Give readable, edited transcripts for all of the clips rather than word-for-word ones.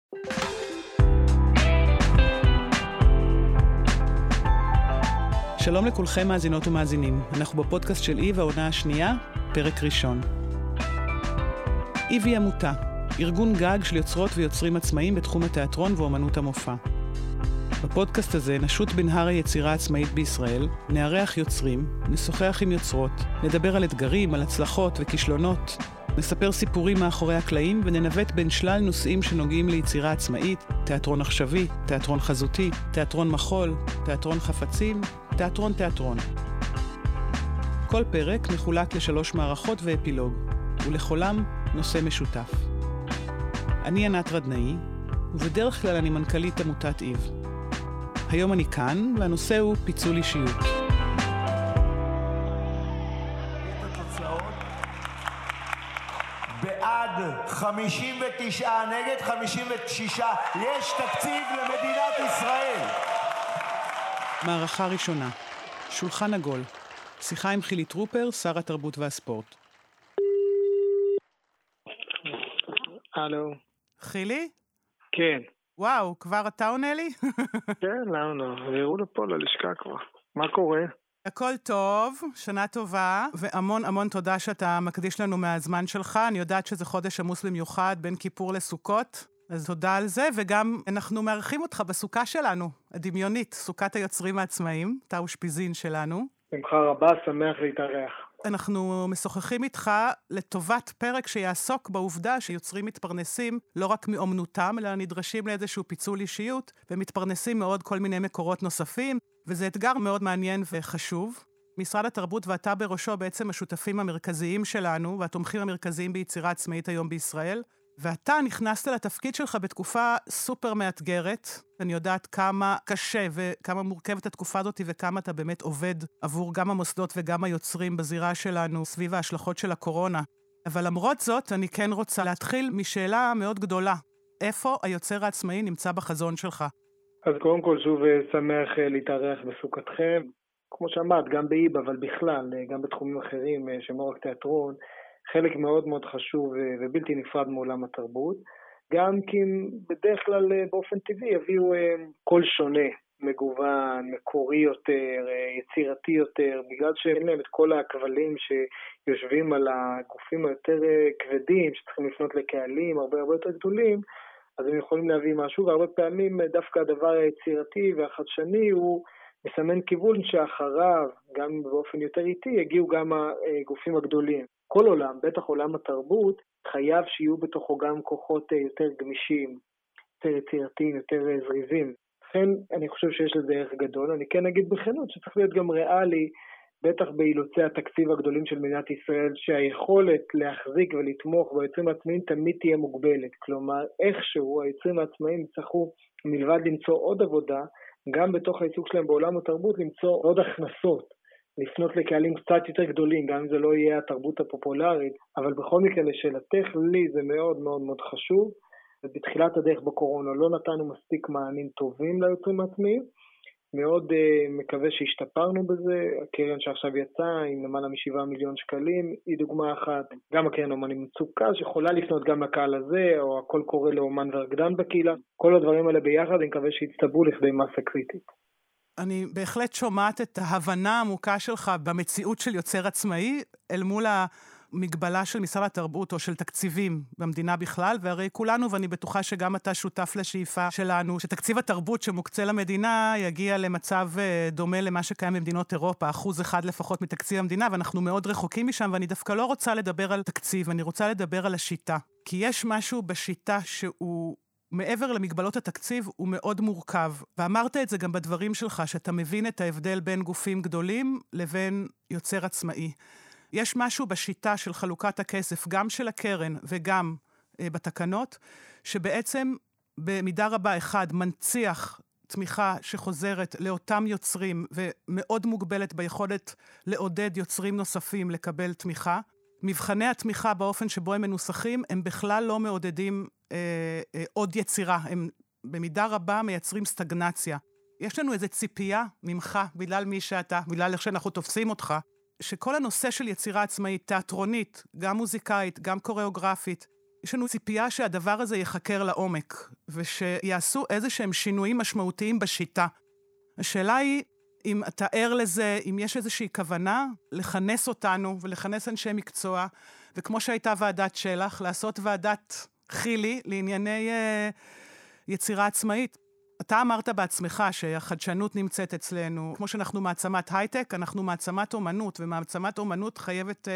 שלום לכולכם מאזינות ומאזינים. אנחנו בפודקאסט של איב, העונה השנייה, פרק ראשון. איב היא עמותה, ארגון גג של יוצרות ויוצרים עצמאיים בתחום התיאטרון ואומנות המופע. בפודקאסט הזה נשוט בנהר היצירה העצמאית בישראל, נארח יוצרים, נשוחח עם יוצרות, נדבר על אתגרים, על הצלחות וכישלונות, נספר סיפורים מאחורי הקלעים וננווט בין שלל נושאים שנוגעים ליצירה עצמאית, תיאטרון עכשווי, תיאטרון חזותי, תיאטרון מחול, תיאטרון חפצים, תיאטרון. כל פרק מחולק ל3 מערכות ואפילוג, ולכולם נושא משותף. אני ענת רדנאי, ובדרך כלל אני מנכ"לית עמותת איב. היום אני כאן, והנושא הוא פיצול אישיות. בעד 59, נגד 56, יש תקציב למדינת ישראל. מערכה ראשונה, שולחן עגול, שיחה עם חילי טרופר, שר התרבות והספורט. הלו. חילי? כן. וואו, כבר אתה עונה לי? כן, למה? הראו לפה ללשכה כבר. מה קורה? הכל טוב, שנה טובה, והמון תודה שאתה מקדיש לנו מהזמן שלך. אני יודעת שזה חודש עמוס במיוחד, בין כיפור לסוכות, אז תודה על זה, וגם אנחנו מארחים אותך בסוכה שלנו, הדמיונית, סוכת היוצרים העצמאיים, תא אושפיזין שלנו. שמחה רבה, שמח להתארח. אנחנו משוחחים איתך לטובת פרק שיעסוק בעובדה שיוצרים מתפרנסים לא רק מאומנותם, אלא נדרשים לאיזשהו פיצול אישיות, ומתפרנסים מאוד כל מיני מקורות נוספים, וזה אתגר מאוד מעניין וחשוב. משרד התרבות ואתה בראשו בעצם השותפים המרכזיים שלנו, והתומכים המרכזיים ביצירה עצמאית היום בישראל, ואתה נכנסת לתפקיד שלך בתקופה סופר מאתגרת. אני יודעת כמה קשה וכמה מורכבת התקופה הזאת, וכמה אתה באמת עובד עבור גם המוסדות וגם היוצרים בזירה שלנו סביב ההשלכות של הקורונה. אבל למרות זאת, אני כן רוצה להתחיל משאלה מאוד גדולה. איפה היוצר העצמאי נמצא בחזון שלך? אז קודם כל שוב שמח להתארח בסוכתכם. כמו שאמרת, גם באיב, אבל בכלל, גם בתחומים אחרים שהם לא רק תיאטרון, חלק מאוד מאוד חשוב ובלתי נפרד מעולם התרבות, גם כי בדרך כלל באופן טבעי הביאו קול שונה, מגוון, מקורי יותר, יצירתי יותר, בגלל שאין להם את כל הכבלים שיושבים על הגופים היותר כבדים, שצריכים לפנות לקהלים הרבה יותר גדולים, אז הם יכולים להביא משהו, והרבה פעמים דווקא הדבר היצירתי והחדשני הוא מסמן כיוון שאחריו, גם באופן יותר איטי, יגיעו גם הגופים הגדולים. כל עולם, בטח עולם התרבות, חייב שיהיו בתוכו גם כוחות יותר גמישים, יותר יצירתיים, יותר זריזים. לכן אני חושב שיש לזה ערך גדול. אני כן אגיד בכנות שצריך להיות גם ריאלי, בטח באילוצי התקציב הגדולים של מדינת ישראל, שהיכולת להחזיק ולתמוך ביוצרים העצמאיים תמיד תהיה מוגבלת. כלומר, איכשהו היוצרים העצמאיים יצטרכו מלבד למצוא עוד עבודה, גם בתוך העיסוק שלהם בעולם התרבות למצוא עוד הכנסות. לפנות לקהלים קצת יותר גדולים, גם אם זה לא יהיה התרבות הפופולרית, אבל בכל מקרה לשאלתך, לי זה מאוד מאוד מאוד חשוב, ובתחילת הדרך בקורונה לא נתנו מספיק מענים טובים ליוצרים העצמאיים, מאוד מקווה שהשתפרנו בזה, הקרן שעכשיו יצאה עם למעלה מ7 מיליון שקלים, היא דוגמה אחת, גם הקרן אומנים מצוקה, שיכולה לפנות גם לקהל הזה, או הכל קורא לאומן ורקדן בקהילה, כל הדברים האלה ביחד, אני מקווה שיצטברו לכדי מסה קריטית. אני בהחלט שומעת את ההבנה העמוקה שלך במציאות של יוצר עצמאי, אל מול המגבלה של משרד התרבות או של תקציבים במדינה בכלל, והרי כולנו, ואני בטוחה שגם אתה שותף לשאיפה שלנו, שתקציב התרבות שמוקצה למדינה יגיע למצב דומה למה שקיים במדינות אירופה, 1% לפחות מתקציב המדינה, ואנחנו מאוד רחוקים משם, ואני דווקא לא רוצה לדבר על תקציב, אני רוצה לדבר על השיטה. כי יש משהו בשיטה שהוא מעבר למגבלות התקציב הוא מאוד מורכב, ואמרת את זה גם בדברים שלך, שאתה מבין את ההבדל בין גופים גדולים לבין יוצר עצמאי. יש משהו בשיטה של חלוקת הכסף, גם של הקרן וגם בתקנות, שבעצם במידה רבה אחד מנציח תמיכה שחוזרת לאותם יוצרים, ומאוד מוגבלת ביכולת לעודד יוצרים נוספים לקבל תמיכה. מבחני התמיכה באופן שבו הם מנוסחים, הם בכלל לא מעודדים עוד יצירה, הם במידה רבה מייצרים סטגנציה. יש לנו איזו ציפייה ממך, בגלל מי שאתה, בגלל איך שאנחנו תופסים אותך, שכל הנושא של יצירה עצמאית, תיאטרונית, גם מוזיקאית, גם קוריאוגרפית, יש לנו ציפייה שהדבר הזה יחקר לעומק, ושיעשו איזה שהם שינויים משמעותיים בשיטה. השאלה היא, אם אתה ער לזה, אם יש איזושהי כוונה לכנס אותנו ולכנס אנשי מקצוע, וכמו שהייתה ועדת שלח, לעשות ועדת חילי לענייני יצירה עצמאית. אתה אמרת בעצמך שהחדשנות נמצאת אצלנו. כמו שאנחנו מעצמת הייטק, אנחנו מעצמת אומנות, ומעצמת אומנות חייבת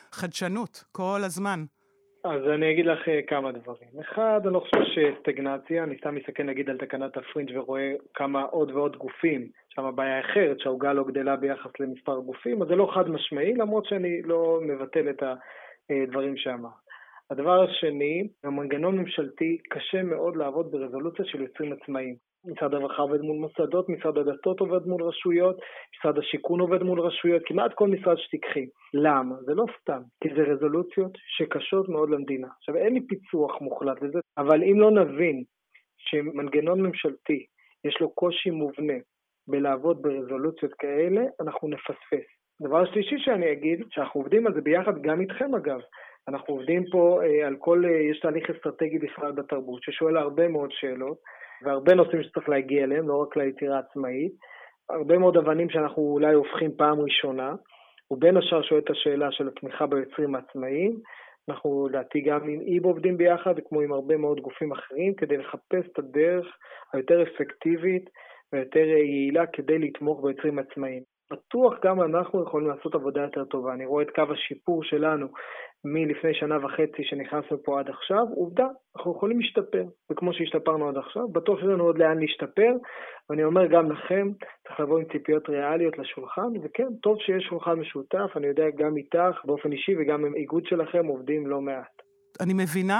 חדשנות כל הזמן. אז אני אגיד לך כמה דברים. אחד, אני לא חושב שסטגנציה, אני סתם מסתכל נגיד על תקנת הפרינג' ורואה כמה עוד ועוד גופים, שם הבעיה אחרת, שהעוגה לא גדלה ביחס למספר גופים, אז זה לא חד משמעי, למרות שאני לא מבטל את הדברים שאמר. הדבר השני, המנגנון ממשלתי קשה מאוד לעבוד ברזולוציה של יוצרים עצמאיים. משרד הרווחה עובד מול מוסדות, משרד הדתות עובד מול רשויות, משרד השיכון עובד מול רשויות, כמעט כל משרד שתיקחי. למה? זה לא סתם, כי זה רזולוציות שקשות מאוד למדינה. עכשיו, אין לי פיצוח מוחלט לזה, אבל אם לא נבין שמנגנון ממשלתי יש לו קושי מובנה בלעבוד ברזולוציות כאלה, אנחנו נפספס. דבר שלישי שאני אגיד, שאנחנו עובדים על זה ביחד גם איתכם אגב. אנחנו עובדים פה על כל, יש תהליך אסטרטגי בכלל בתרבות, ששואל הרבה מאוד שאלות, והרבה נושאים שצריך להגיע אליהם, לא רק ליצירה עצמאית, הרבה מאוד אבנים שאנחנו אולי הופכים פעם ראשונה, ובין השאר שואל את השאלה של התמיכה ביוצרים העצמאיים, אנחנו לדעתי גם עם איב עובדים ביחד, כמו עם הרבה מאוד גופים אחרים, כדי לחפש את הדרך היותר אפקטיבית ויותר יעילה כדי לתמוך ביוצרים עצמאיים. בטוח גם אנחנו יכולים לעשות עבודה יותר טובה. אני רואה את קו השיפור שלנו מלפני שנה וחצי שנכנסנו פה עד עכשיו. עובדה, אנחנו יכולים להשתפר. וכמו שהשתפרנו עד עכשיו, בטוח שלנו עוד לאן להשתפר. ואני אומר גם לכם, צריך לבוא עם ציפיות ריאליות לשולחן. וכן, טוב שיש שולחן משותף. אני יודע גם איתך באופן אישי וגם עם איגוד שלכם עובדים לא מעט. אני מבינה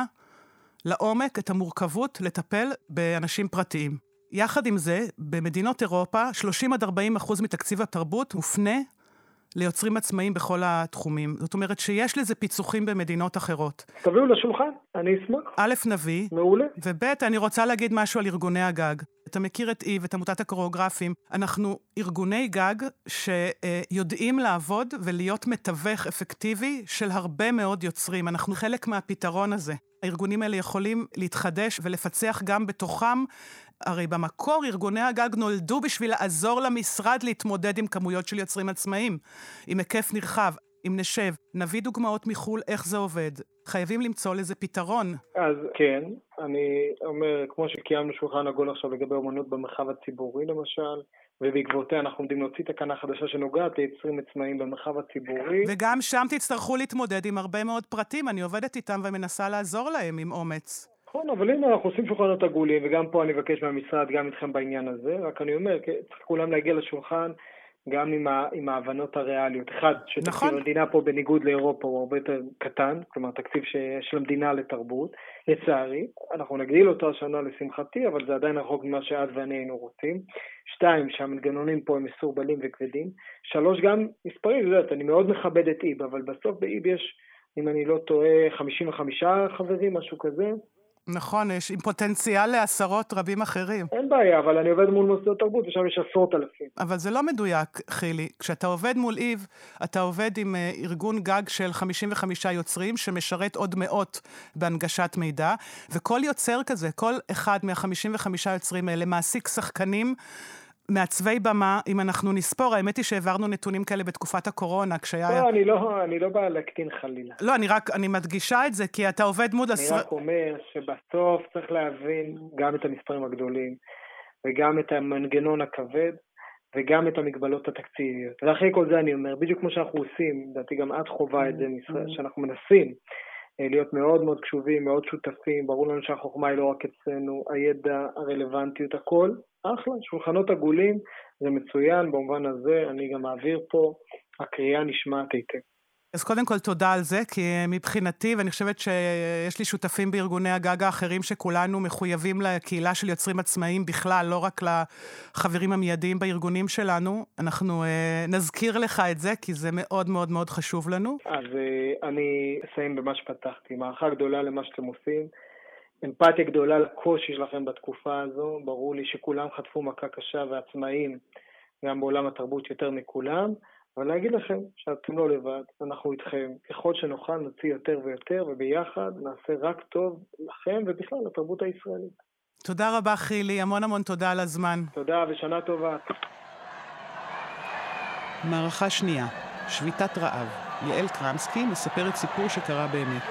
לעומק את המורכבות לטפל באנשים פרטיים. יחד עם זה, במדינות אירופה, 30-40% מתקציב התרבות מופנה ליוצרים עצמאיים בכל התחומים. זאת אומרת שיש לזה פיצוחים במדינות אחרות. תביאו לשולחן, אני אשמח. א', נביא. מעולה. וב', אני רוצה להגיד משהו על ארגוני הגג. אתה מכיר את איב, את עמותת הקוריאוגרפים. אנחנו ארגוני גג שיודעים לעבוד ולהיות מתווך אפקטיבי של הרבה מאוד יוצרים. אנחנו חלק מהפתרון הזה. הארגונים האלה יכולים להתחדש ולפצח גם בתוכם. הרי במקור ארגוני הגג נולדו בשביל לעזור למשרד להתמודד עם כמויות של יוצרים עצמאיים, עם היקף נרחב. אם נשב, נביא דוגמאות מחול איך זה עובד. חייבים למצוא לזה פתרון. אז כן, אני אומר, כמו שקיימנו שולחן עגול עכשיו לגבי אומנות במרחב הציבורי למשל, ובעקבותיה אנחנו עומדים להוציא תקנה חדשה שנוגעת ליוצרים עצמאיים במרחב הציבורי. וגם שם תצטרכו להתמודד עם הרבה מאוד פרטים. אני עובדת איתם ומנסה לעזור להם עם אומץ. נכון, אבל הנה אנחנו עושים שולחנות עגולים, וגם פה אני מבקש מהמשרד, גם איתכם בעניין הזה, רק אני אומר, צריך כולם להגיע לשולחן, גם עם ההבנות הריאליות. אחד, שתקציב המדינה פה בניגוד לאירופה הוא הרבה יותר קטן, כלומר תקציב של המדינה לתרבות, לצערי, אנחנו נגדיל אותו השנה לשמחתי, אבל זה עדיין רחוק ממה שאת ואני היינו רוצים. 2, שהמנגנונים פה הם מסורבלים וכבדים. 3, גם מספרים, אני מאוד מכבד את איב, אבל בסוף באיב יש, אם אני לא טועה, 55 חברים, משהו כזה. נכון, יש עם פוטנציאל לעשרות רבים אחרים. אין בעיה, אבל אני עובד מול מוסדות תרבות, ושם יש 10,000. אבל זה לא מדויק, חילי. כשאתה עובד מול איב, אתה עובד עם ארגון גג של 55 יוצרים, שמשרת עוד מאות בהנגשת מידע, וכל יוצר כזה, כל אחד מה-55 יוצרים האלה, מעסיק שחקנים, מעצבי במה, אם אנחנו נספור, האמת היא שהעברנו נתונים כאלה בתקופת הקורונה, כשהיה... אני לא בא להקטין חלילה. לא, אני מדגישה את זה, כי אתה עובד מול... אני רק אומר שבסוף צריך להבין גם את המספרים הגדולים, וגם את המנגנון הכבד, וגם את המגבלות התקציביות. ואחרי כל זה אני אומר, בדיוק כמו שאנחנו עושים, לדעתי גם את חובה את זה מישראל, שאנחנו מנסים להיות מאוד מאוד קשובים, מאוד שותפים, ברור לנו שהחוכמה היא לא רק אצלנו, הידע, הרלוונטיות, הכל, אחלה, שולחנות עגולים, זה מצוין, במובן הזה אני גם מעביר פה, הקריאה נשמעת היטב. אז קודם כל תודה על זה, כי מבחינתי, ואני חושבת שיש לי שותפים בארגוני הגג האחרים שכולנו מחויבים לקהילה של יוצרים עצמאיים בכלל, לא רק לחברים המיידיים בארגונים שלנו, אנחנו נזכיר לך את זה, כי זה מאוד מאוד מאוד חשוב לנו. אז אני אסיים במה שפתחתי, מערכה גדולה למה שאתם עושים, אמפתיה גדולה לקושי שלכם בתקופה הזו, ברור לי שכולם חטפו מכה קשה ועצמאים, גם בעולם התרבות יותר מכולם, אבל להגיד לכם שאתם לא לבד, אנחנו איתכם, ככל שנוכל נוציא יותר ויותר, וביחד נעשה רק טוב לכם ובכלל לתרבות הישראלית. תודה רבה חילי, המון המון תודה על הזמן. תודה ושנה טובה. מערכה שנייה, שביתת רעב. יעל קרמסקי מספרת סיפור שקרה באמת.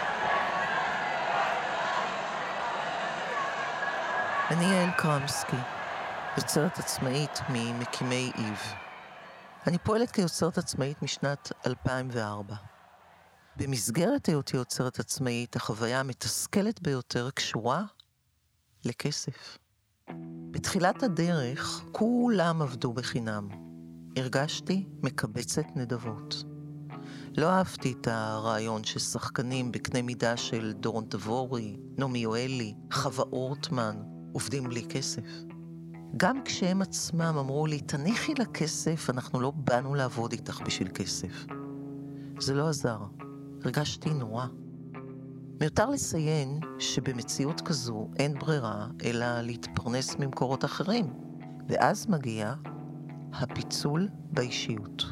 אני יעל קרמסקי, יוצרת עצמאית ממקימי איב. אני פועלת כיוצרת עצמאית משנת 2004. במסגרת היותי יוצרת עצמאית, החוויה המתסכלת ביותר קשורה לכסף. בתחילת הדרך כולם עבדו בחינם. הרגשתי מקבצת נדבות. לא אהבתי את הרעיון ששחקנים בקנה מידה של דורון תבורי, נעמי יואלי, חווה אורטמן, עובדים בלי כסף. גם כשהם עצמם אמרו לי, תניחי לכסף, אנחנו לא באנו לעבוד איתך בשביל כסף. זה לא עזר. הרגשתי נורא. מיותר לציין שבמציאות כזו אין ברירה אלא להתפרנס ממקורות אחרים. ואז מגיע הפיצול באישיות.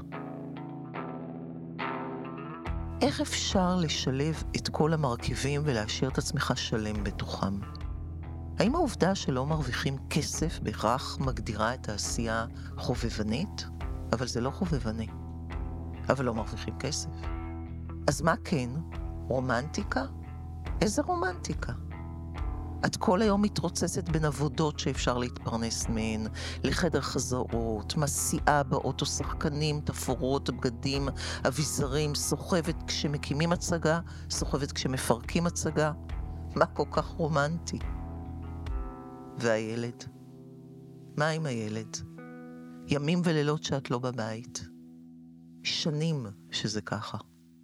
איך אפשר לשלב את כל המרכיבים ולהשאיר את עצמך שלם בתוכם? האם העובדה שלא מרוויחים כסף בהכרח מגדירה את העשייה חובבנית? אבל זה לא חובבני. אבל לא מרוויחים כסף. אז מה כן? רומנטיקה? איזה רומנטיקה? את כל היום מתרוצצת בין עבודות שאפשר להתפרנס מהן, לחדר חזרות, מסיעה באוטו, שחקנים, תפורות, בגדים, אביזרים, סוחבת כשמקימים הצגה, סוחבת כשמפרקים הצגה. מה כל כך רומנטי? והילד? מה עם הילד? ימים ולילות שאת לא בבית. שנים שזה ככה.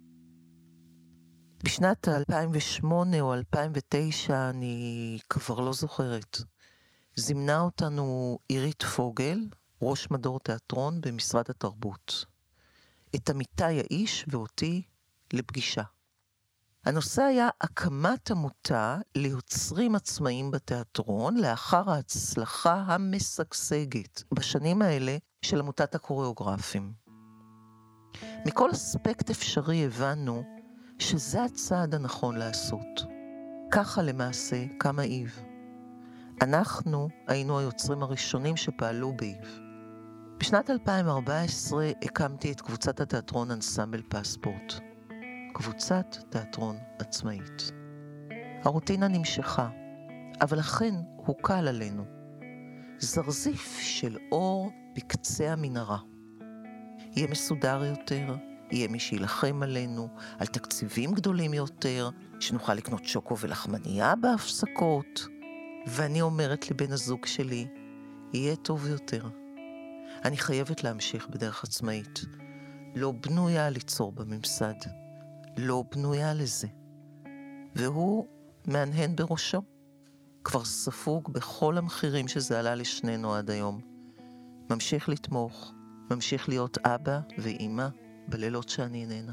בשנת 2008 או 2009, אני כבר לא זוכרת, זימנה אותנו עירית פוגל, ראש מדור תיאטרון במשרד התרבות. את עמיתי האיש ואותי לפגישה. הנושא היה הקמת עמותה ליוצרים עצמאיים בתיאטרון, לאחר ההצלחה המשגשגת בשנים האלה של עמותת הקוריאוגרפים. מכל אספקט אפשרי הבנו שזה הצעד הנכון לעשות. ככה למעשה קם האיב. אנחנו היינו היוצרים הראשונים שפעלו באיב. בשנת 2014 הקמתי את קבוצת התיאטרון אנסמבל פספורט. קבוצת תיאטרון עצמאית. הרוטינה נמשכה, אבל אכן הוקל עלינו. זרזיף של אור בקצה המנהרה. יהיה מסודר יותר, יהיה מי שילחם עלינו, על תקציבים גדולים יותר, שנוכל לקנות שוקו ולחמניה בהפסקות. ואני אומרת לבן הזוג שלי, יהיה טוב יותר. אני חייבת להמשיך בדרך עצמאית. לא בנויה ליצור בממסד. לא בנויה לזה. והוא מענהן בראשו. כבר ספוג בכל המחירים שזה עלה לשנינו עד היום. ממשיך לתמוך, ממשיך להיות אבא ואימא בלילות שאני איננה.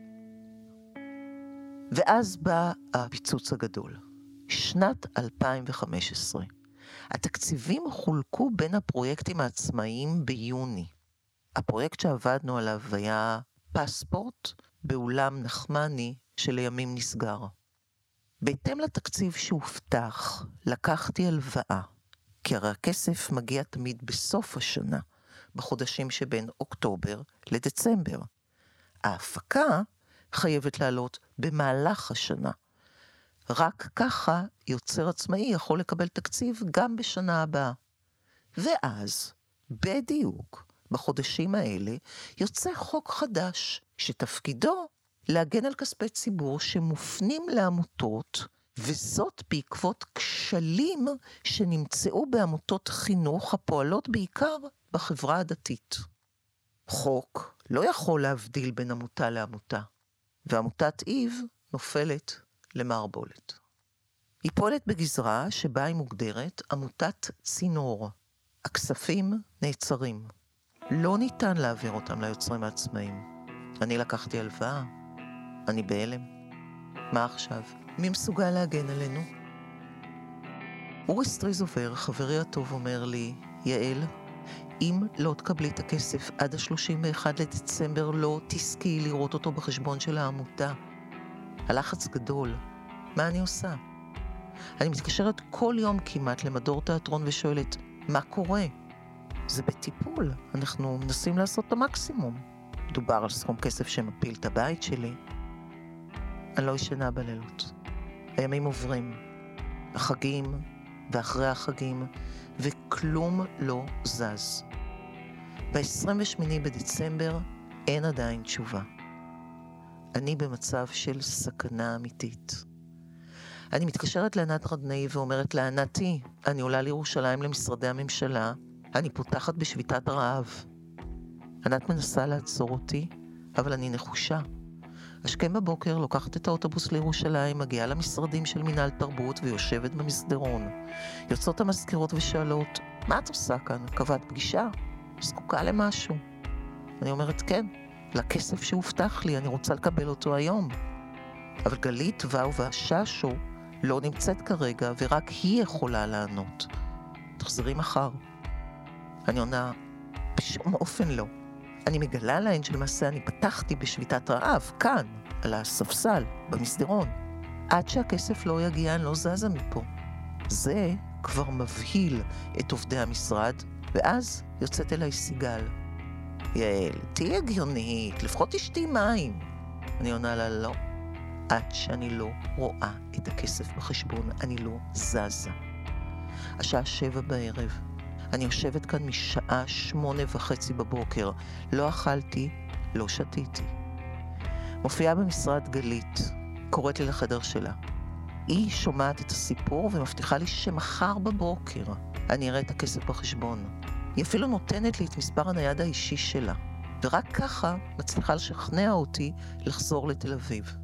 ואז בא הפיצוץ הגדול. שנת 2015. התקציבים חולקו בין הפרויקטים העצמאיים ביוני. הפרויקט שעבדנו עליו היה פספורט באולם נחמני שלימים נסגר. בהתאם לתקציב שהובטח, לקחתי הלוואה, כי הרי הכסף מגיע תמיד בסוף השנה, בחודשים שבין אוקטובר לדצמבר. ההפקה חייבת לעלות במהלך השנה. רק ככה יוצר עצמאי יכול לקבל תקציב גם בשנה הבאה. ואז, בדיוק, בחודשים האלה, יוצא חוק חדש, שתפקידו להגן על כספי ציבור שמופנים לעמותות, וזאת בעקבות כשלים שנמצאו בעמותות חינוך הפועלות בעיקר בחברה הדתית. חוק לא יכול להבדיל בין עמותה לעמותה, ועמותת איב נופלת למערבולת. היא פועלת בגזרה שבה היא מוגדרת עמותת צינור. הכספים נעצרים. לא ניתן להעביר אותם ליוצרים העצמאיים. אני לקחתי הלוואה. אני בהלם. מה עכשיו? מי מסוגל להגן עלינו? אורי סטריזובר, חברי הטוב, אומר לי, יעל, אם לא תקבלי את הכסף עד ה-31 לדצמבר, לא תזכי לראות אותו בחשבון של העמותה. הלחץ גדול. מה אני עושה? אני מתקשרת כל יום כמעט למדור תיאטרון ושואלת, מה קורה? זה בטיפול, אנחנו מנסים לעשות את המקסימום. דובר על סכום כסף שמפיל את הבית שלי. אני לא ישנה בלילות. הימים עוברים, החגים ואחרי החגים, וכלום לא זז. ב-28 בדצמבר אין עדיין תשובה. אני במצב של סכנה אמיתית. אני מתקשרת לענת רדנאי ואומרת לה, ענתי, אני עולה לירושלים למשרדי הממשלה, אני פותחת בשביתת רעב. ענת מנסה לעצור אותי, אבל אני נחושה. השכם בבוקר לוקחת את האוטובוס לירושלים, מגיעה למשרדים של מינהל תרבות ויושבת במסדרון. יוצאות המזכירות ושאלות, מה את עושה כאן? קבעת פגישה? זקוקה למשהו? אני אומרת, כן, לכסף שהובטח לי, אני רוצה לקבל אותו היום. אבל גלית ואו והששו לא נמצאת כרגע, ורק היא יכולה לענות. תחזרי מחר. אני עונה, בשום אופן לא. אני מגלה להן שלמעשה אני פתחתי בשביתת רעב, כאן, על הספסל, במסדרון. עד שהכסף לא יגיע, אני לא זזה מפה. זה כבר מבהיל את עובדי המשרד, ואז יוצאת אליי סיגל. יעל, תהי הגיונית, לפחות תשתי מים. אני עונה לה, לא. עד שאני לא רואה את הכסף בחשבון, אני לא זזה. השעה 7 בערב. אני יושבת כאן משעה 8:30 בבוקר. לא אכלתי, לא שתיתי. מופיעה במשרד גלית, קוראת לי לחדר שלה. היא שומעת את הסיפור ומבטיחה לי שמחר בבוקר אני אראה את הכסף בחשבון. היא אפילו נותנת לי את מספר הנייד האישי שלה, ורק ככה מצליחה לשכנע אותי לחזור לתל אביב.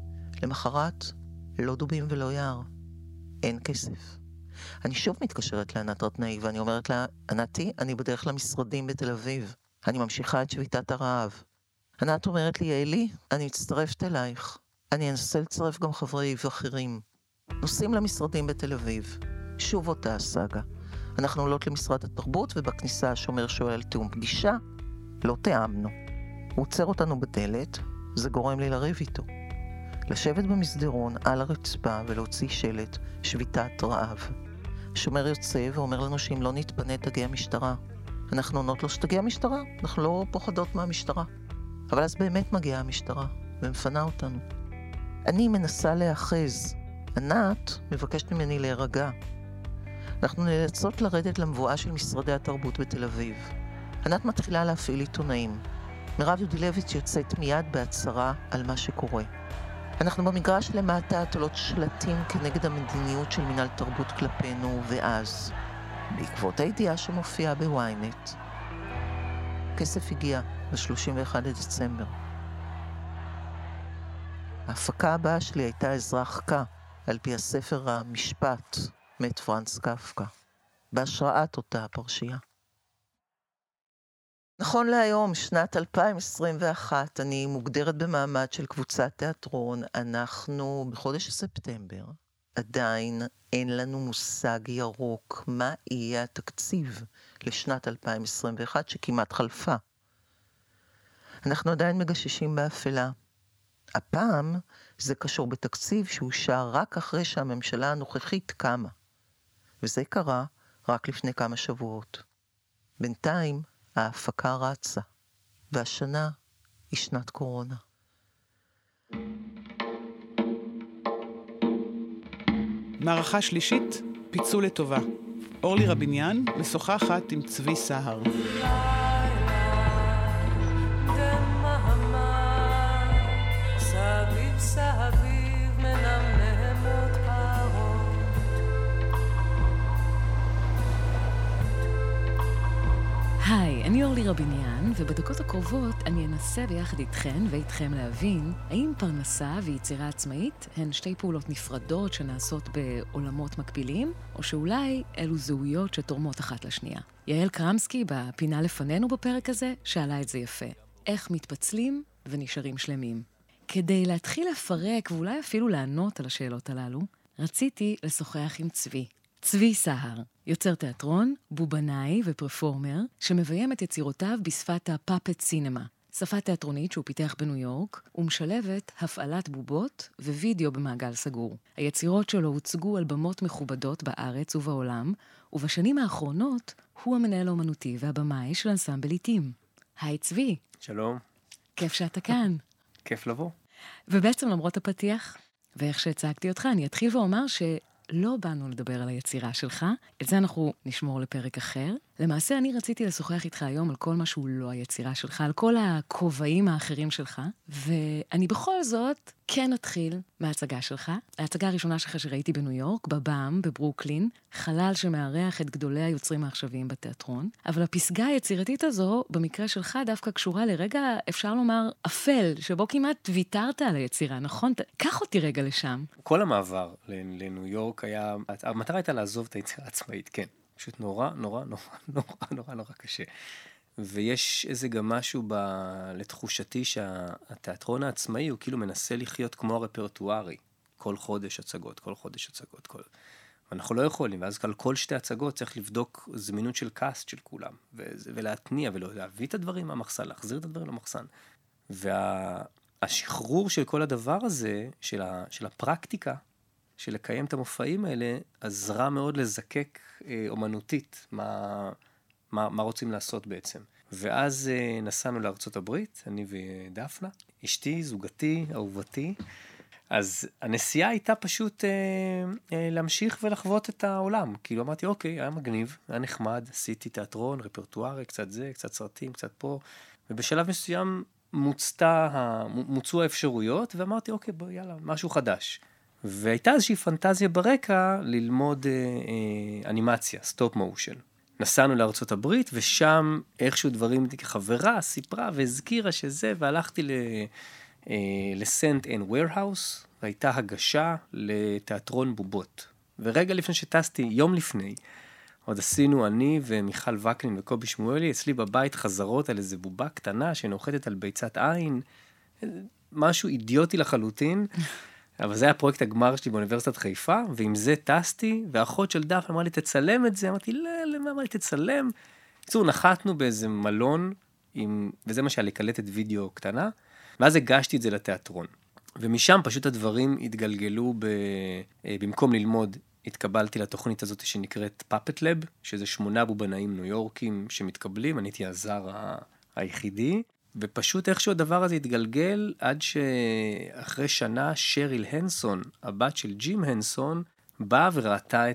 למחרת, לא דובים ולא יער. אין כסף. אני שוב מתקשרת לענת רדנאי ואני אומרת לה, ענתי, אני בדרך למשרדים בתל אביב. אני ממשיכה את שביתת הרעב. ענת אומרת לי, יעלי, אני מצטרפת אלייך. אני אנסה לצרף גם חברי ואחרים. נוסעים למשרדים בתל אביב. שוב אותה הסאגה. אנחנו עולות למשרד התרבות ובכניסה השומר שואל על תיאום פגישה. לא תיאמנו. הוא עוצר אותנו בדלת, זה גורם לי לריב איתו. לשבת במסדרון על הרצפה ולהוציא שלט, שביתת רעב. השומר יוצא ואומר לנו שאם לא נתפנה תגיע המשטרה. אנחנו עונות לו שתגיע המשטרה, אנחנו לא פוחדות מהמשטרה. אבל אז באמת מגיעה המשטרה ומפנה אותנו. אני מנסה להאחז. ענת מבקשת ממני להירגע. אנחנו נאלצות לרדת למבואה של משרדי התרבות בתל אביב. ענת מתחילה להפעיל עיתונאים. מירב יודילביץ' יוצאת מיד בהצהרה על מה שקורה. אנחנו במגרש למטה תולות שלטים כנגד המדיניות של מינהל תרבות כלפינו, ואז, בעקבות הידיעה שמופיעה בוויינט, כסף הגיע ב-31 לדצמבר. ההפקה הבאה שלי הייתה אזרח קה, על פי הספר המשפט, מת פרנץ קפקא, בהשראת אותה הפרשייה. נכון להיום, שנת 2021, אני מוגדרת במעמד של קבוצת תיאטרון. אנחנו בחודש ספטמבר, עדיין אין לנו מושג ירוק מה יהיה התקציב לשנת 2021 שכמעט חלפה. אנחנו עדיין מגששים באפלה. הפעם זה קשור בתקציב שאושר רק אחרי שהממשלה הנוכחית קמה. וזה קרה רק לפני כמה שבועות. בינתיים ההפקה רצה, והשנה היא שנת קורונה. מערכה שלישית, פיצול לטובה. אורלי רביניאן משוחחת עם צבי סהר. היי, אני אורלי רביניאן, ובדקות הקרובות אני אנסה ביחד איתכן ואיתכם להבין האם פרנסה ויצירה עצמאית הן שתי פעולות נפרדות שנעשות בעולמות מקבילים, או שאולי אלו זהויות שתורמות אחת לשנייה. יעל קרמסקי בפינה לפנינו בפרק הזה שאלה את זה יפה. איך מתפצלים ונשארים שלמים? כדי להתחיל לפרק ואולי אפילו לענות על השאלות הללו, רציתי לשוחח עם צבי. צבי סהר, יוצר תיאטרון, בובנאי ופרפורמר, שמביים את יצירותיו בשפת הפאפט סינמה, שפה תיאטרונית שהוא פיתח בניו יורק, ומשלבת הפעלת בובות ווידאו במעגל סגור. היצירות שלו הוצגו על במות מכובדות בארץ ובעולם, ובשנים האחרונות הוא המנהל האומנותי והבמאי של אנסמבל עיתים. היי צבי. שלום. כיף שאתה כאן. כיף לבוא. ובעצם למרות הפתיח, ואיך שהצגתי אותך, אני אתחיל ואומר שלא באנו לדבר על היצירה שלך, את זה אנחנו נשמור לפרק אחר. למעשה אני רציתי לשוחח איתך היום על כל מה שהוא לא היצירה שלך, על כל הכובעים האחרים שלך, ואני בכל זאת כן אתחיל מההצגה שלך. ההצגה הראשונה שלך שראיתי בניו יורק, בבאם, בברוקלין, חלל שמארח את גדולי היוצרים העכשוויים בתיאטרון, אבל הפסגה היצירתית הזו, במקרה שלך דווקא קשורה לרגע, אפשר לומר, אפל, שבו כמעט ויתרת על היצירה, נכון? קח אותי רגע לשם. כל המעבר לניו יורק היה, המטרה הייתה לעזוב את היצירה העצמאית, כן. פשוט נורא קשה. ויש איזה גם משהו לתחושתי שהתיאטרון העצמאי הוא כאילו מנסה לחיות כמו הרפרטוארי. כל חודש הצגות. ואנחנו לא יכולים, ואז על כל שתי הצגות צריך לבדוק זמינות של קאסט של כולם, ולהתניע ולהביא את הדברים מהמחסן, להחזיר את הדברים למחסן. והשחרור של כל הדבר הזה, של הפרקטיקה, של לקיים את המופעים האלה, עזרה מאוד לזקק אומנותית, מה רוצים לעשות בעצם. ואז נסענו לארצות הברית, אני ודפנה, אשתי, זוגתי, אהובתי. אז הנסיעה הייתה פשוט להמשיך ולחוות את העולם. כאילו אמרתי, אוקיי, היה מגניב, היה נחמד, עשיתי תיאטרון, רפרטוארי, קצת זה, קצת סרטים, קצת פה. ובשלב מסוים מוצאו האפשרויות, ואמרתי, אוקיי, בוא, יאללה, משהו חדש. והייתה איזושהי פנטזיה ברקע ללמוד אנימציה, סטופ מושן. נסענו לארצות הברית, ושם איכשהו דברים כחברה, סיפרה והזכירה שזה, והלכתי לסנט אנד ווירהאוס, והייתה הגשה לתיאטרון בובות. ורגע לפני שטסתי, יום לפני, עוד עשינו אני ומיכל וקנין וקובי שמואלי, אצלי בבית חזרות על איזו בובה קטנה שנוחתת על ביצת עין, משהו אידיוטי לחלוטין, אבל זה היה פרויקט הגמר שלי באוניברסיטת חיפה, ועם זה טסתי, והאחות של דף אמרה לי, תצלם את זה, אמרתי, למה אמרה לי, תצלם? בקיצור, נחתנו באיזה מלון, וזה מה שהיה לקלטת וידאו קטנה, ואז הגשתי את זה לתיאטרון. ומשם פשוט הדברים התגלגלו, במקום ללמוד, התקבלתי לתוכנית הזאת שנקראת פאפט לב, שזה 8 בובנאים ניו יורקים שמתקבלים, אני הייתי הזר היחידי, ופשוט איכשהו הדבר הזה התגלגל, עד שאחרי שנה שריל הנסון, הבת של ג'ים הנסון, באה וראתה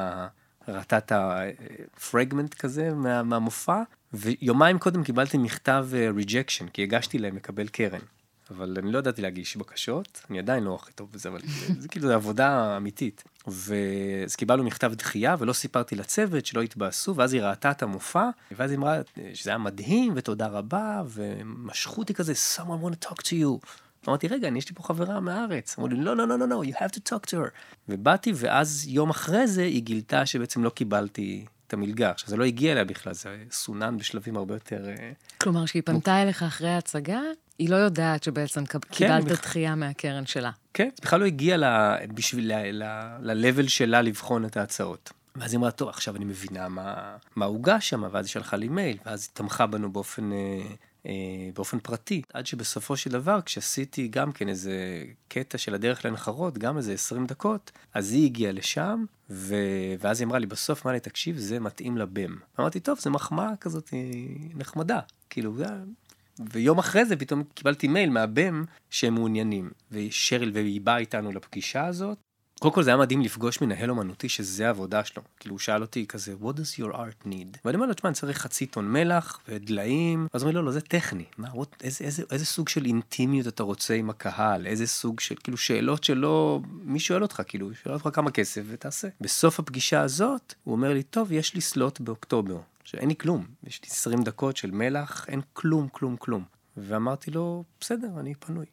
את הפרגמנט כזה מהמופע, ויומיים קודם קיבלתי מכתב ריג'קשן, כי הגשתי להם לקבל קרן. אבל אני לא ידעתי להגיש בקשות, אני עדיין לא הכי טוב בזה, אבל זה כאילו זה עבודה אמיתית. ואז קיבלנו מכתב דחייה, ולא סיפרתי לצוות שלא התבאסו, ואז היא ראתה את המופע, ואז היא אמרה שזה היה מדהים, ותודה רבה, ומשכו אותי כזה, someone want to talk to you. אמרתי, רגע, יש לי פה חברה מהארץ. אמרו לי, no, you have to talk to her. ובאתי, ואז יום אחרי זה, היא גילתה שבעצם לא קיבלתי את המלגה. עכשיו, זה לא הגיע אליה בכלל, זה סונן בשלבים הרבה יותר... כלומר, שהיא פנתה אליך אחרי ההצגה, היא לא יודעת שבעצם קיבלת דחייה מהקרן שלה. כן, זה בכלל לא הגיע ל-level שלה לבחון את ההצעות. ואז היא אמרה, טוב, עכשיו אני מבינה מה הוגש שם, ואז היא שלחה לי מייל, ואז היא תמכה בנו באופן פרטי. עד שבסופו של דבר, כשעשיתי גם כן איזה קטע של הדרך להנחרות, גם איזה 20 דקות, אז היא הגיעה לשם, ואז היא אמרה לי, בסוף, אמרה לי, תקשיב, זה מתאים לבם. אמרתי, טוב, זה מחמאה כזאת נחמדה. כאילו, ויום אחרי זה פתאום קיבלתי מייל מהבם שהם מעוניינים. ושריל והיא באה איתנו לפגישה הזאת. קודם כל זה היה מדהים לפגוש מנהל אומנותי שזה העבודה שלו. כאילו הוא שאל אותי כזה, what does your art need? ואני אומר לו, תשמע, אני צריך חצי טון מלח ודליים. אז הוא אומר, לא, זה טכני. איזה סוג של אינטימיות אתה רוצה עם הקהל? איזה סוג של, כאילו, שאלות שלא, מי שואל אותך, כאילו, שואל אותך כמה כסף ותעשה. בסוף הפגישה הזאת, הוא אומר לי, טוב, יש לי סלוט באוקטובר. שאין לי כלום. יש לי 20 דקות של מלח, אין כלום. ואמרתי לו, בסדר, אני פנוי.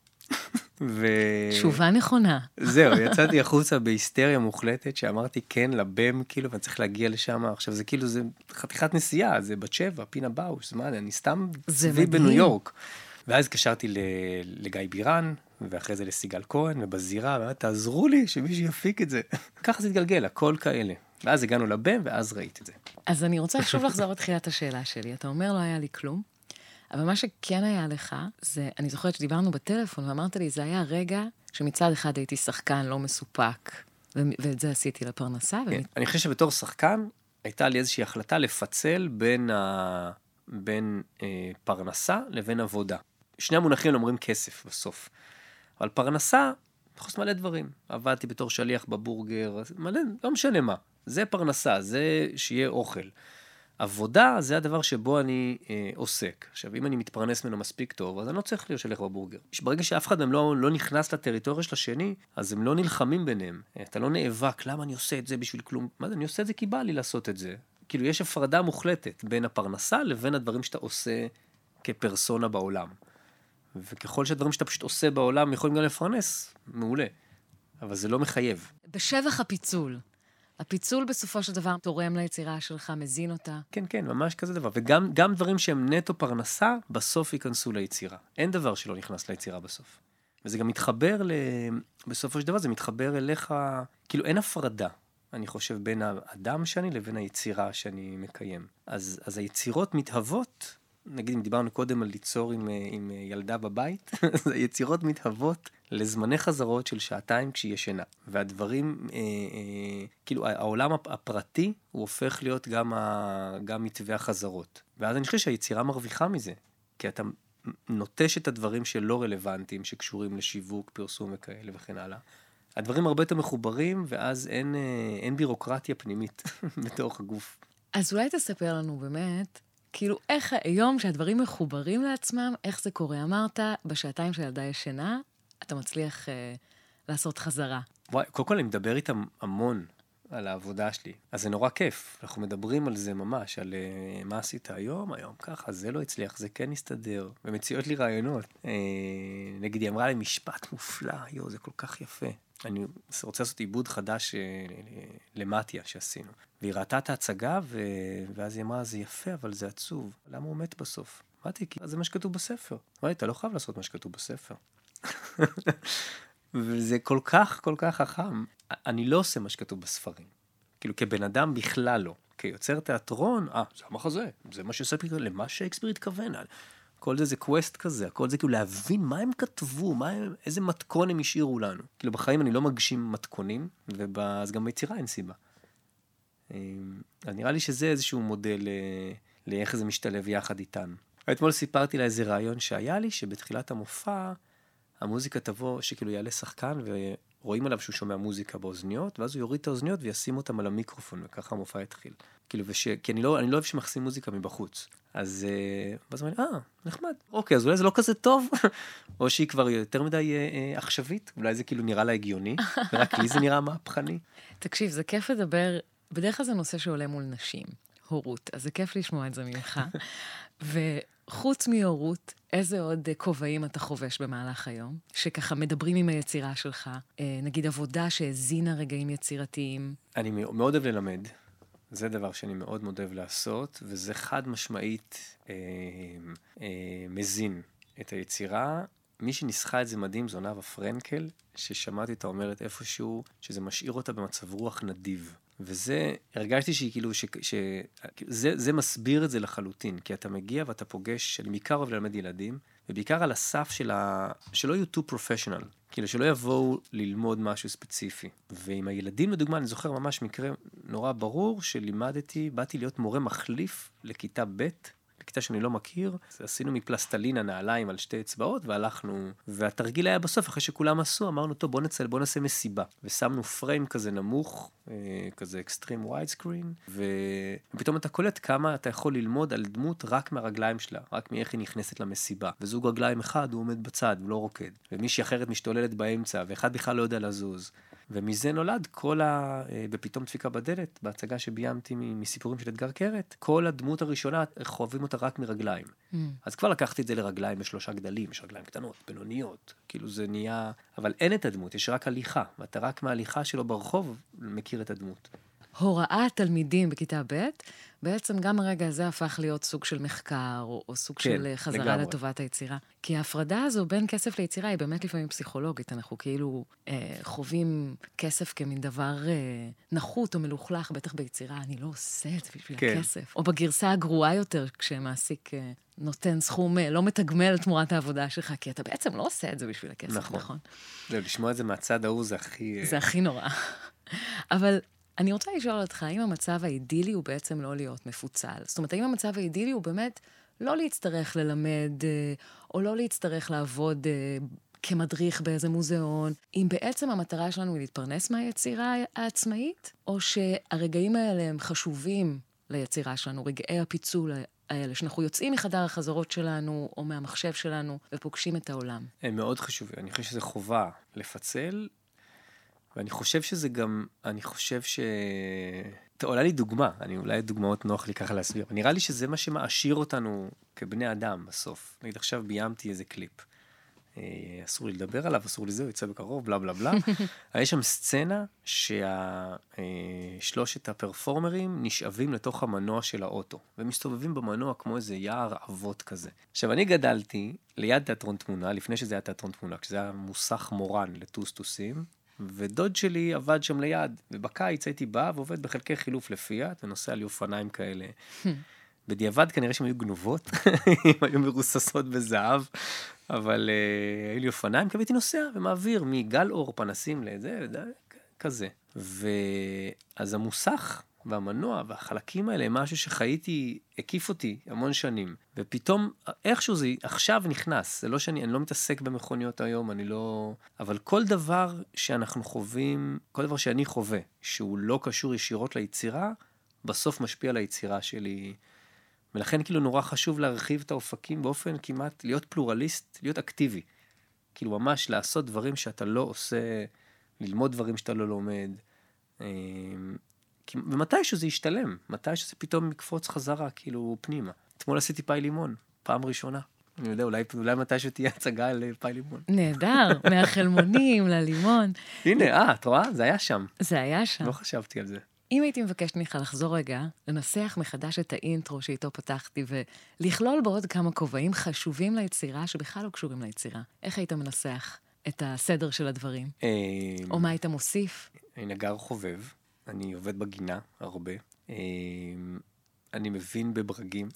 תשובה נכונה. זהו, יצאתי החוצה בהיסטריה מוחלטת, שאמרתי כן לבם, כאילו, ואני צריך להגיע לשם. עכשיו, זה כאילו, זה חתיכת נסיעה, זה בת שבע, פינה באוש, זמן, אני סתם צבי בניו יורק. ואז קשרתי לגיא בירן, ואחרי זה לסיגל כהן, ובזירה, תעזרו לי שמישהו יפיק את זה. ככה זה התגלגל, הכל כאלה. ואז הגענו לבן, ואז ראיתי את זה. אז אני רוצה שוב לחזור לתחילת השאלה שלי. אתה אומר, לא היה לי כלום, אבל מה שכן היה לך, זה, אני זוכרת שדיברנו בטלפון, ואמרת לי, זה היה רגע שמצד אחד הייתי שחקן לא מסופק, ואת זה עשיתי לפרנסה. כן. אני חושב שבתור שחקן, הייתה לי איזושהי החלטה לפצל בין פרנסה לבין עבודה. שני המונחים אומרים כסף בסוף. אבל פרנסה, חוץ מלא דברים. עבדתי בתור שליח בבורגר, מלא, לא משנה מה. זה פרנסה, זה שיהיה אוכל. עבודה זה הדבר שבו אני עוסק. עכשיו, אם אני מתפרנס ממנו מספיק טוב, אז אני לא צריך להיות שליח בבורגר. ברגע שאף אחד מהם לא נכנס לטריטוריה של השני, אז הם לא נלחמים ביניהם. אתה לא נאבק, למה אני עושה את זה בשביל כלום? מה זה? אני עושה את זה כי בא לי לעשות את זה. כאילו, יש הפרדה מוחלטת בין הפרנסה לבין הדברים שאתה עושה כפרסונה בעולם. וככל שהדברים שאתה פשוט עושה בעולם יכולים גם לפרנס, מעולה. אבל זה לא מחייב. בשבח הפיצול. הפיצול בסופו של דבר תורם ליצירה שלך, מזין אותה. כן, כן, ממש כזה דבר. וגם דברים שהם נטו פרנסה, בסוף ייכנסו ליצירה. אין דבר שלא נכנס ליצירה בסוף. וזה גם מתחבר בסופו של דבר, זה מתחבר אליך, כאילו אין הפרדה, אני חושב, בין האדם שאני לבין היצירה שאני מקיים. אז היצירות מתהוות, נגיד אם דיברנו קודם על ליצור עם ילדה בבית, אז היצירות מתהוות לזמני חזרות של שעתיים כשהיא ישנה. והדברים, כאילו העולם הפרטי הוא הופך להיות גם מתווה החזרות. ואז אני חושב שהיצירה מרוויחה מזה, כי אתה נוטש את הדברים שלא רלוונטיים, שקשורים לשיווק, פרסום וכאלה וכן הלאה. הדברים הרבה יותר מחוברים, ואז אין בירוקרטיה פנימית בתוך הגוף. אז אולי תספר לנו באמת, כאילו, איך היום שהדברים מחוברים לעצמם, איך זה קורה? אמרת, בשעתיים של ילדה ישנה, אתה מצליח לעשות חזרה. וואי, קודם כל אני מדבר איתם המון על העבודה שלי. אז זה נורא כיף. אנחנו מדברים על זה ממש, על מה עשית היום ככה, זה לא הצליח, זה כן הסתדר. ומציעות לי רעיונות. נגיד, היא אמרה לי משפט מופלא, זה כל כך יפה. אני רוצה לעשות עיבוד חדש למטיה שעשינו. והיא ראתה את ההצגה, ואז היא אמרה, זה יפה, אבל זה עצוב. למה הוא מת בסוף? אמרתי, כי זה מה שכתוב בספר. אמרתי, אתה לא חייב לעשות מה שכתוב בספר. וזה כל כך חכם. אני לא עושה מה שכתוב בספרים. כאילו, כבן אדם בכלל לא. כיוצר תיאטרון, זה המחזה. זה מה שספר, למה שייקספיר התכוון. כל זה קווסט כזה, הכל זה כאילו להבין מה הם כתבו, איזה מתכון הם השאירו לנו. כאילו בחיים אני לא מגשים מתכונים, אז גם ביצירה אין סיבה. אז נראה לי שזה איזשהו מודל לאיך זה משתלב יחד איתן. אתמול סיפרתי לה איזה רעיון שהיה לי, שבתחילת המופע, המוזיקה תבוא, שכאילו יעלה שחקן, ורואים עליו שהוא שומע מוזיקה באוזניות, ואז הוא יוריד את האוזניות וישים אותם על המיקרופון, וככה המופע התחיל. כאילו, כי אני לא אוהב שמחסים מוזיקה מבחוץ. אז אמרתי, נחמד. אוקיי, אז אולי זה לא כזה טוב, או שהיא כבר יותר מדי עכשווית, אולי זה כאילו נראה לה הגיוני, ורק לי זה נראה מהפכני. תקשיב, זה כיף לדבר, בדרך כלל זה נושא שעולה מול נשים, הורות, אז זה כיף לשמוע את זה ממך. וחוץ מהורות, איזה עוד כובעים אתה חובש במהלך היום, שככה מדברים עם היצירה שלך, נגיד עבודה שהזינה רגעים יצירתיים? אני מאוד אוהב ללמד. זה דבר שאני מאוד אוהב לעשות, וזה חד משמעית מזין את היצירה. מי שניסחה את זה מדהים זו נאוה פרנקל, ששמעתי אותה אומרת איפשהו, שזה משאיר אותה במצב רוח נדיב. וזה, הרגשתי שהיא כאילו, זה מסביר את זה לחלוטין, כי אתה מגיע ואתה פוגש, אני בעיקר אוהב ללמד ילדים, ובעיקר על הסף שלא יהיו too professional, כאילו שלא יבואו ללמוד משהו ספציפי. ועם הילדים, לדוגמה, אני זוכר ממש מקרה נורא ברור, באתי להיות מורה מחליף לכיתה ב', בכיתה שאני לא מכיר, עשינו מפלסטלינה נעליים על 2 אצבעות, והלכנו, והתרגיל היה בסוף, אחרי שכולם עשו, אמרנו, טוב, בוא נעשה מסיבה. ושמנו פריים כזה נמוך, כזה אקסטרים ווייד סקרין, ופתאום אתה קולט כמה אתה יכול ללמוד על דמות רק מהרגליים שלה, רק מאיך היא נכנסת למסיבה. וזוג רגליים אחד, הוא עומד בצד, הוא לא רוקד. ומישהי אחרת משתוללת באמצע, ואחד בכלל לא יודע לזוז. ומזה נולד בפתאום דפיקה בדלת, בהצגה שביימתי מסיפורים של אתגר קרת, כל הדמות הראשונה חווים אותה רק מרגליים. אז כבר לקחתי את זה לרגליים ב3 גדלים, יש רגליים קטנות, בינוניות, כאילו זה נהיה, אבל אין את הדמות, יש רק הליכה, ואתה רק מההליכה שלו ברחוב מכיר את הדמות. הוראת תלמידים בכיתה ב', בעצם גם הרגע הזה הפך להיות סוג של מחקר, או סוג של חזרה לגמרי. לטובת היצירה. כי ההפרדה הזו בין כסף ליצירה היא באמת לפעמים פסיכולוגית. אנחנו כאילו חווים כסף כמין דבר נחות או מלוכלך, בטח ביצירה, אני לא עושה את זה בשביל הכסף. או בגרסה הגרועה יותר, כשמעסיק נותן סכום לא מתגמל תמורת העבודה שלך, כי אתה בעצם לא עושה את זה בשביל הכסף, נכון? לשמוע את זה מהצד ההוא זה הכי... זה הכי נורא. אבל אני רוצה לשאול אותך, האם המצב האידילי הוא בעצם לא להיות מפוצל? זאת אומרת, האם המצב האידילי הוא באמת לא להצטרך ללמד, או לא להצטרך לעבוד כמדריך באיזה מוזיאון, אם בעצם המטרה שלנו היא להתפרנס מהיצירה העצמאית, או שהרגעים האלה הם חשובים ליצירה שלנו, רגעי הפיצול האלה, שאנחנו יוצאים מחדר החזרות שלנו, או מהמחשב שלנו, ופוגשים את העולם. הם מאוד חשובים. אני חושב שזה חובה לפצל, ואני חושב שזה גם, עולה לי דוגמה, אולי דוגמאות נוח לי ככה להסביר, נראה לי שזה מה שמעשיר אותנו כבני אדם בסוף. נגיד עכשיו ביימתי איזה קליפ. אסור לי לדבר עליו, אסור לי זה, הוא יצא בקרוב, בלה בלה בלה. יש שם סצנה ששלושת הפרפורמרים נשאבים לתוך המנוע של האוטו, ומסתובבים במנוע כמו איזה יער אבות כזה. עכשיו, אני גדלתי ליד תיאטרון תמונה, לפני שזה היה תיאטרון תמונה, כשזה היה מוסך מורן לטוסטוסים, ודוד שלי עבד שם ליד, ובקיץ הייתי בא ועובד בחלקי חילוף לפיאט, ונוסע לי אופניים כאלה. בדיעבד כנראה שהם היו גנובות, הם היו מרוססות בזהב, אבל היו לי אופניים, כי הייתי נוסע ומעביר מגל אור פנסים לזה, כזה. ואז המוסך והמנוע והחלקים האלה הם משהו שחייתי, הקיף אותי המון שנים, ופתאום איכשהו זה עכשיו נכנס, זה לא שאני לא מתעסק במכוניות היום, אני לא... אבל כל דבר שאנחנו חווים, כל דבר שאני חווה, שהוא לא קשור ישירות ליצירה, בסוף משפיע על היצירה שלי. ולכן כאילו נורא חשוב להרחיב את האופקים באופן כמעט, להיות פלורליסט, להיות אקטיבי. כאילו ממש לעשות דברים שאתה לא עושה, ללמוד דברים שאתה לא לומד. ומתי שזה ישתלם, מתי שזה פתאום יקפוץ חזרה, כאילו פנימה. אתמול עשיתי פאי לימון, פעם ראשונה. אני יודע, אולי מתי שתהיה הצגה על פאי לימון. נהדר, מהחלמונים ללימון. הנה, את רואה? זה היה שם. זה היה שם. לא חשבתי על זה. אם הייתי מבקשת ממך לחזור רגע, לנסח מחדש את האינטרו שאיתו פתחתי, ולכלול בעוד כמה כובעים חשובים ליצירה, שבכלל לא קשורים ליצירה. איך היית מנסח את הסדר של הדברים? או מה היית מוסיף? אני נגר חובב, אני עובד בגינה הרבה, אני מבין בברגים,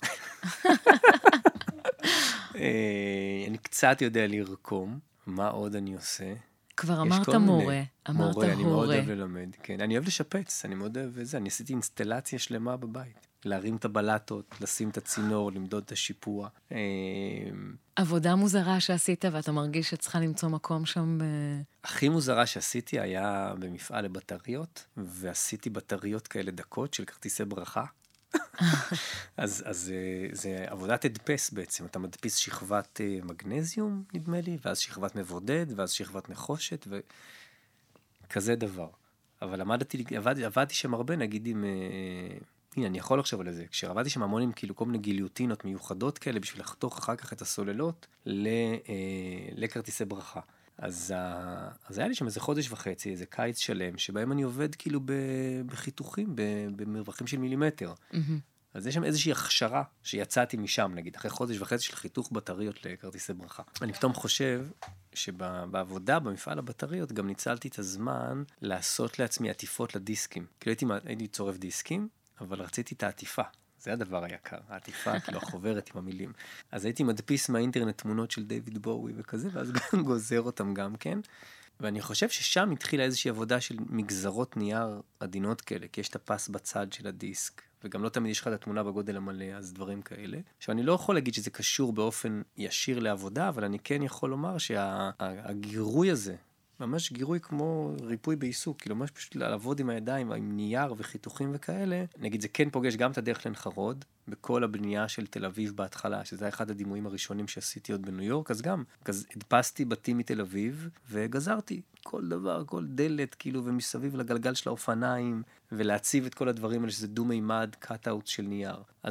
אני קצת יודע לרקום, מה עוד אני עושה? כבר אמרת מורה, אמרת הורה. אני מאוד אוהב ללמד, כן. אני אוהב לשפץ, אני מאוד אוהב זה. אני עשיתי אינסטלציה שלמה בבית. להרים את הבלטות, לשים את הצינור, למדוד את השיפוע. עבודה מוזרה שעשית, ואתה מרגיש שצריכה למצוא מקום שם... הכי מוזרה שעשיתי היה במפעל לבטריות, ועשיתי בטריות כאלה דקות של כרטיסי ברכה. אז זה עבודת הדפס בעצם, אתה מדפיס שכבת מגנזיום נדמה לי, ואז שכבת מבודד, ואז שכבת נחושת, וכזה דבר. אבל עבדתי שם הרבה, נגיד עם, הנה אני יכול לחשוב על זה, כשעבדתי שם המון עם כאילו כל מיני גיליוטינות מיוחדות כאלה, בשביל לחתוך אחר כך את הסוללות לכרטיסי ברכה. אז היה לי שם איזה חודש וחצי, איזה קיץ שלם, שבהם אני עובד כאילו בחיתוכים, במרווחים של מילימטר. אז יש שם איזושהי הכשרה שיצאתי משם, נגיד, אחרי חודש וחצי של חיתוך בטריות לכרטיסי ברכה. אני פתאום חושב שבעבודה, במפעל הבטריות, גם ניצלתי את הזמן לעשות לעצמי עטיפות לדיסקים. כאילו הייתי צורף דיסקים, אבל רציתי את העטיפה. זה הדבר היקר, העטיפה, כאילו החוברת עם המילים. אז הייתי מדפיס מהאינטרנט תמונות של דיוויד בואוי וכזה, ואז גם גוזר אותם גם כן. ואני חושב ששם התחילה איזושהי עבודה של מגזרות נייר עדינות כאלה, כי יש את הפס בצד של הדיסק, וגם לא תמיד יש לך את התמונה בגודל המלא, אז דברים כאלה. עכשיו, אני לא יכול להגיד שזה קשור באופן ישיר לעבודה, אבל אני כן יכול לומר שהגירוי הזה, ממש גירוי כמו ריפוי בעיסוק, כאילו ממש פשוט לעבוד עם הידיים, עם נייר וחיתוכים וכאלה. נגיד, זה כן פוגש גם את הדרך לנחרוד, בכל הבנייה של תל אביב בהתחלה, שזה היה אחד הדימויים הראשונים שעשיתי עוד בניו יורק, אז גם, הדפסתי בתים מתל אביב, וגזרתי כל דבר, כל דלת, כאילו, ומסביב לגלגל של האופניים, ולהציב את כל הדברים האלה, שזה דו-מימד, קאט-אוט של נייר. אז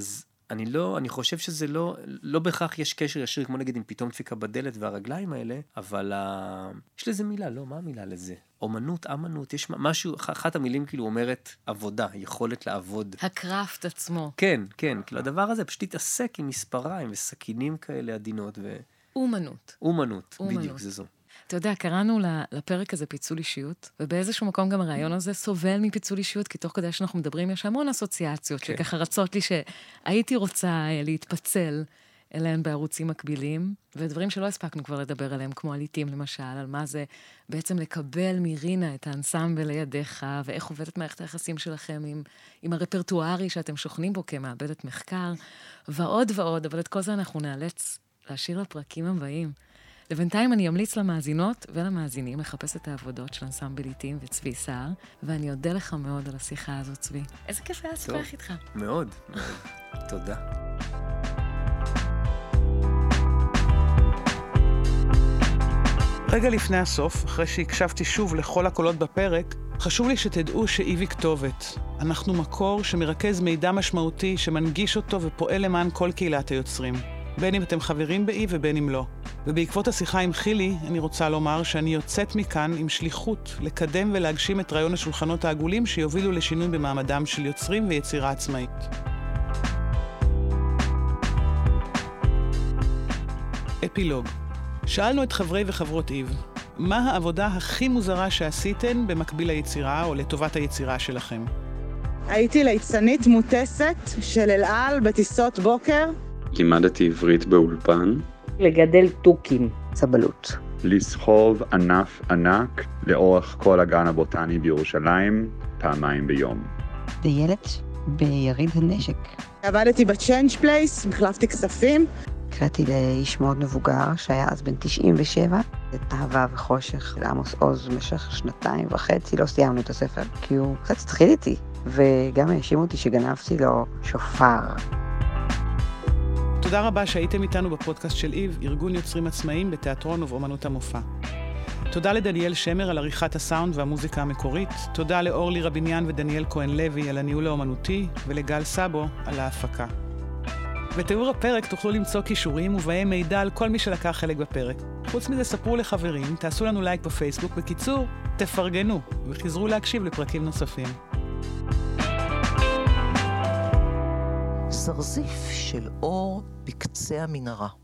אני חושב שזה לא בהכרח יש קשר ישיר, כמו נגיד עם פתאום דפיקה בדלת והרגליים האלה, אבל יש לזה מילה, לא, מה המילה לזה? אומנות, אמנות, יש משהו, אחת המילים כאילו אומרת עבודה, יכולת לעבוד. הקראפט עצמו. כן, כאילו הדבר הזה פשוט להתעסק עם מספריים וסכינים כאלה עדינות אומנות, בדיוק, זה זו. אתה יודע, קראנו לפרק הזה פיצול אישיות, ובאיזשהו מקום גם הרעיון הזה סובל מפיצול אישיות, כי תוך כדי שאנחנו מדברים יש המון אסוציאציות, שככה רצות לי שהייתי רוצה להתפצל אליהן בערוצים מקבילים, ודברים שלא הספקנו כבר לדבר עליהם, כמו עליתים למשל, על מה זה בעצם לקבל מרינה את האנסמבל לידיך, ואיך עובדת מערכת היחסים שלכם עם הרפרטוארי שאתם שוכנים בו כמעבדת מחקר, ועוד ועוד, אבל את כל זה אנחנו נאלץ להשאיר לפרקים הבאים. לבינתיים אני אמליץ למאזינות ולמאזינים לחפש את העבודות של אנסמבל עיתים וצבי סער, ואני אודה לך מאוד על השיחה הזאת, צבי. איזה כיף היה לשוחח איתך. מאוד. תודה. רגע לפני הסוף, אחרי שהקשבתי שוב לכל הקולות בפרק, חשוב לי שתדעו שאיבי כתובת. אנחנו מקור שמרכז מידע משמעותי שמנגיש אותו ופועל למען כל קהילת היוצרים. בין אם אתם חברים באי ובין אם לא. ובעקבות השיחה עם חילי, אני רוצה לומר שאני יוצאת מכאן עם שליחות לקדם ולהגשים את רעיון השולחנות העגולים שיובילו לשינוי במעמדם של יוצרים ויצירה עצמאית. אפילוג. שאלנו את חברי וחברות איב, מה העבודה הכי מוזרה שעשיתן במקביל ליצירה או לטובת היצירה שלכם? הייתי ליצנית מוטסת של אל-על בטיסות בוקר. לימדתי עברית באולפן. לגדל טוקים. צבלות. לסחוב ענף ענק לאורך כל הגן הבוטני בירושלים, פעמיים ביום. דיילת ביריד הנשק. עבדתי בצ'יינג' פלייס, מחלפתי כספים. קראתי לאיש מאוד מבוגר שהיה אז בן 97, את אהבה וחושך לעמוס עוז במשך 2.5, לא סיימנו את הספר, כי הוא קצת התחיל איתי, וגם האשימו אותי שגנבתי לו שופר. תודה רבה שהייתם איתנו בפודקאסט של איב, ארגון יוצרים עצמאיים בתיאטרון ובאמנות המופע. תודה לדניאל שמר על עריכת הסאונד והמוזיקה המקורית, תודה לאורלי רביניאן ודניאל כהן לוי על הניהול האומנותי, ולגל סבו על ההפקה. בתיאור הפרק תוכלו למצוא קישורים ובהם מידע על כל מי שלקח חלק בפרק. חוץ מזה ספרו לחברים, תעשו לנו לייק בפייסבוק, בקיצור, תפרגנו וחזרו להקשיב לפרקים נוספים. זרזיף של אור בקצה המנהרה.